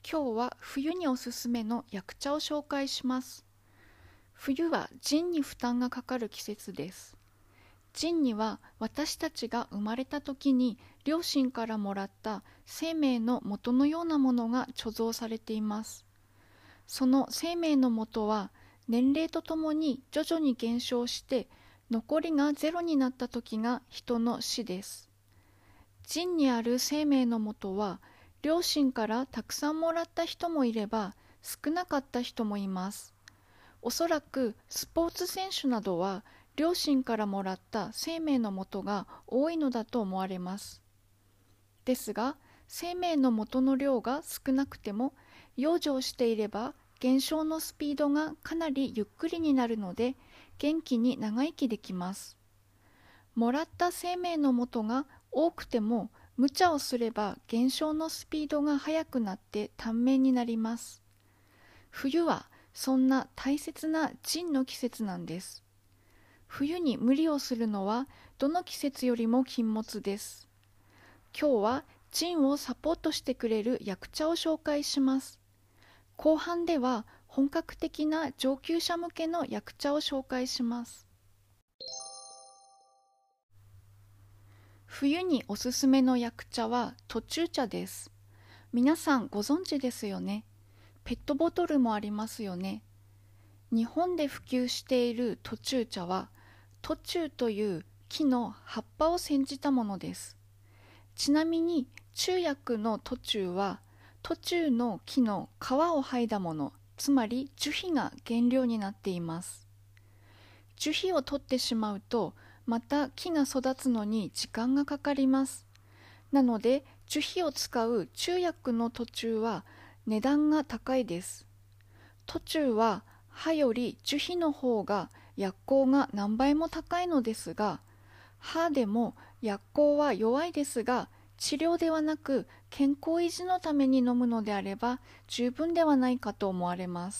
今日は冬におすすめの薬茶を紹介します。冬は腎に負担がかかる季節です。腎には私たちが生まれた時に両親からもらった生命の元のようなものが貯蔵されています。その生命の元は年齢とともに徐々に減少して残りがゼロになった時が人の死です。腎にある生命の元は両親からたくさんもらった人もいれば少なかった人もいます。おそらくスポーツ選手などは両親からもらった生命の元が多いのだと思われます。ですが、生命の元の量が少なくても養生していれば減少のスピードがかなりゆっくりになるので元気に長生きできます。もらった生命の元が多くても無茶をすれば減少のスピードが速くなって短命になります。冬はそんな大切な腎の季節なんです。冬に無理をするのはどの季節よりも禁物です。今日は腎をサポートしてくれる薬茶を紹介します。後半では本格的な上級者向けの薬茶を紹介します。冬におすすめの薬茶は途中茶です。皆さんご存知ですよね。ペットボトルもありますよね。日本で普及している途中茶は、途中という木の葉っぱを煎じたものです。ちなみに中薬の途中は、途中の木の皮を剥いだもの、つまり樹皮が原料になっています。樹皮を取ってしまうと、また木が育つのに時間がかかります。なので樹皮を使う中薬の途中は値段が高いです。途中は葉より樹皮の方が薬効が何倍も高いのですが、葉でも薬効は弱いですが、治療ではなく健康維持のために飲むのであれば十分ではないかと思われます。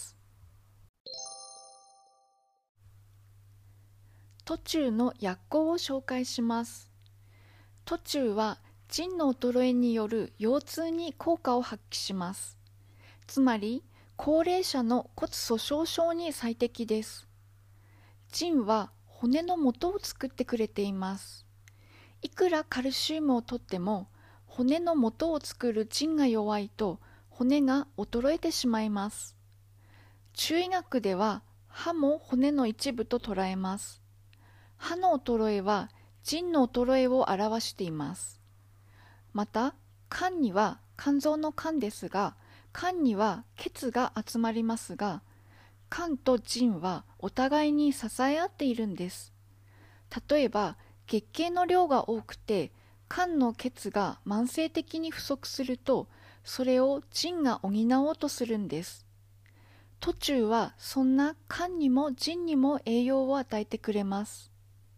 途中の薬効を紹介します。途中は腎の衰えによる腰痛に効果を発揮します。つまり高齢者の骨粗しょう症に最適です。腎は骨の元を作ってくれています。いくらカルシウムをとっても骨の元を作る腎が弱いと骨が衰えてしまいます。中医学では歯も骨の一部と捉えます。歯の衰えは腎の衰えを表しています。また、肝には肝臓の肝ですが、肝には血が集まりますが、肝と腎はお互いに支え合っているんです。例えば、月経の量が多くて、肝の血が慢性的に不足すると、それを腎が補おうとするんです。途中はそんな肝にも腎にも栄養を与えてくれます。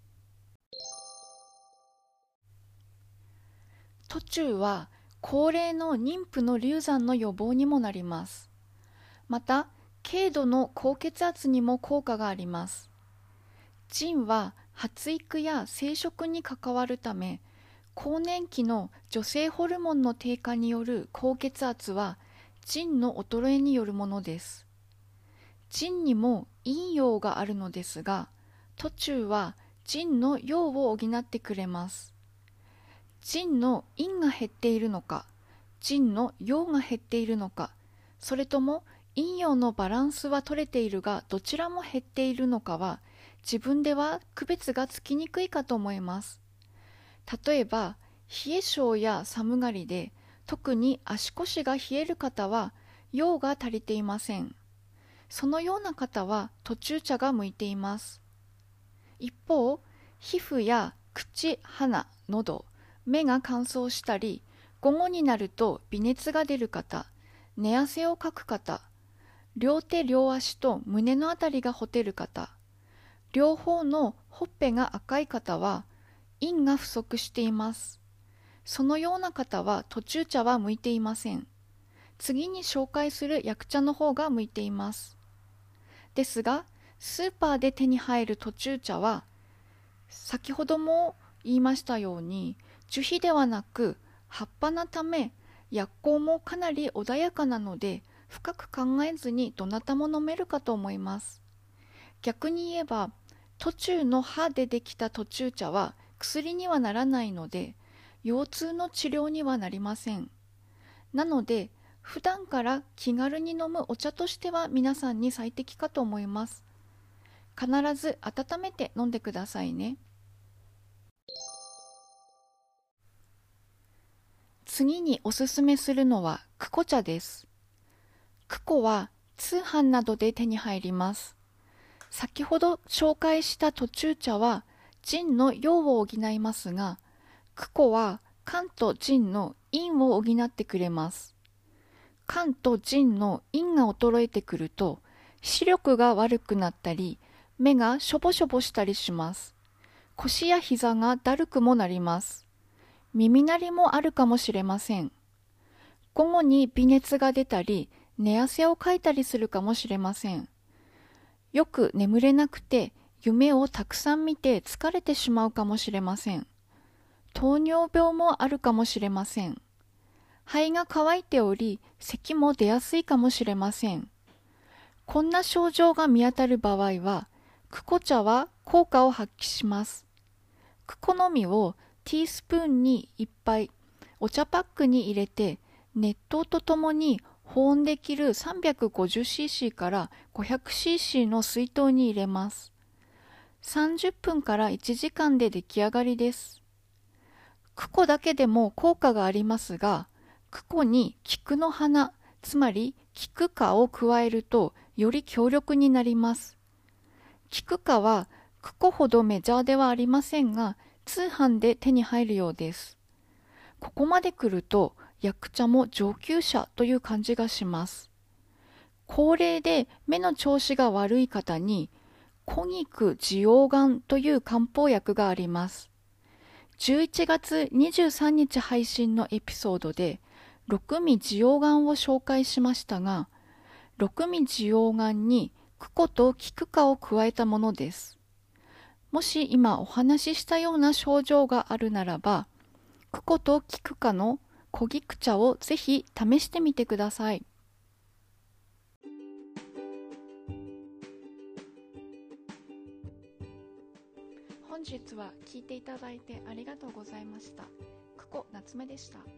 途中は高齢の妊婦の流産の予防にもなります。また、軽度の高血圧にも効果があります。腎は発育や生殖に関わるため、更年期の女性ホルモンの低下による高血圧は腎の衰えによるものです。腎にも陰陽があるのですが、途中は腎の陽を補ってくれます。腎の陰が減っているのか、腎の陽が減っているのか、それとも陰陽のバランスは取れているがどちらも減っているのかは自分では区別がつきにくいかと思います。例えば冷え性や寒がりで特に足腰が冷える方は陽が足りていません。そのような方は途中茶が向いています。一方、皮膚や口、鼻、喉、目が乾燥したり、午後になると微熱が出る方、寝汗をかく方、両手両足と胸のあたりがほてる方、両方のほっぺが赤い方は陰が不足しています。そのような方は途中茶は向いていません。次に紹介する薬茶の方が向いています。ですが、スーパーで手に入る途中茶は、先ほども言いましたように、樹皮ではなく葉っぱのため、 薬効もかなり穏やかなので、深く考えずにどなたも飲めるかと思います。逆に言えば、途中の葉でできた途中茶は薬にはならないので、腰痛の治療にはなりません。なので、普段から気軽に飲むお茶としては皆さんに最適かと思います。必ず温めて飲んでくださいね。次におすすめするのはクコ茶です。クコは通販などで手に入ります。先ほど紹介した途中茶はジンの陽を補いますが、クコは肝とジンの陰を補ってくれます。肝と腎の陰が衰えてくると視力が悪くなったり目がしょぼしょぼしたりします。腰や膝がだるくもなります。耳鳴りもあるかもしれません。午後に微熱が出たり寝汗をかいたりするかもしれません。よく眠れなくて夢をたくさん見て疲れてしまうかもしれません。糖尿病もあるかもしれません。肺が乾いており、咳も出やすいかもしれません。こんな症状が見当たる場合は、クコ茶は効果を発揮します。クコの実をティースプーンに1杯、お茶パックに入れて、熱湯とともに保温できる 350cc から 500cc の水筒に入れます。30分から1時間で出来上がりです。クコだけでも効果がありますが、クコに菊の花、つまり菊花を加えるとより強力になります。菊花はクコほどメジャーではありませんが、通販で手に入るようです。ここまで来ると薬茶も上級者という感じがします。高齢で目の調子が悪い方に小菊滋養丸という漢方薬があります。11月23日配信のエピソードで六味滋養丸を紹介しましたが、六味滋養丸にクコと菊花を加えたものです。もし今お話ししたような症状があるならば、クコと菊花の小菊茶をぜひ試してみてください。本日は聞いていただいてありがとうございました。クコ夏目でした。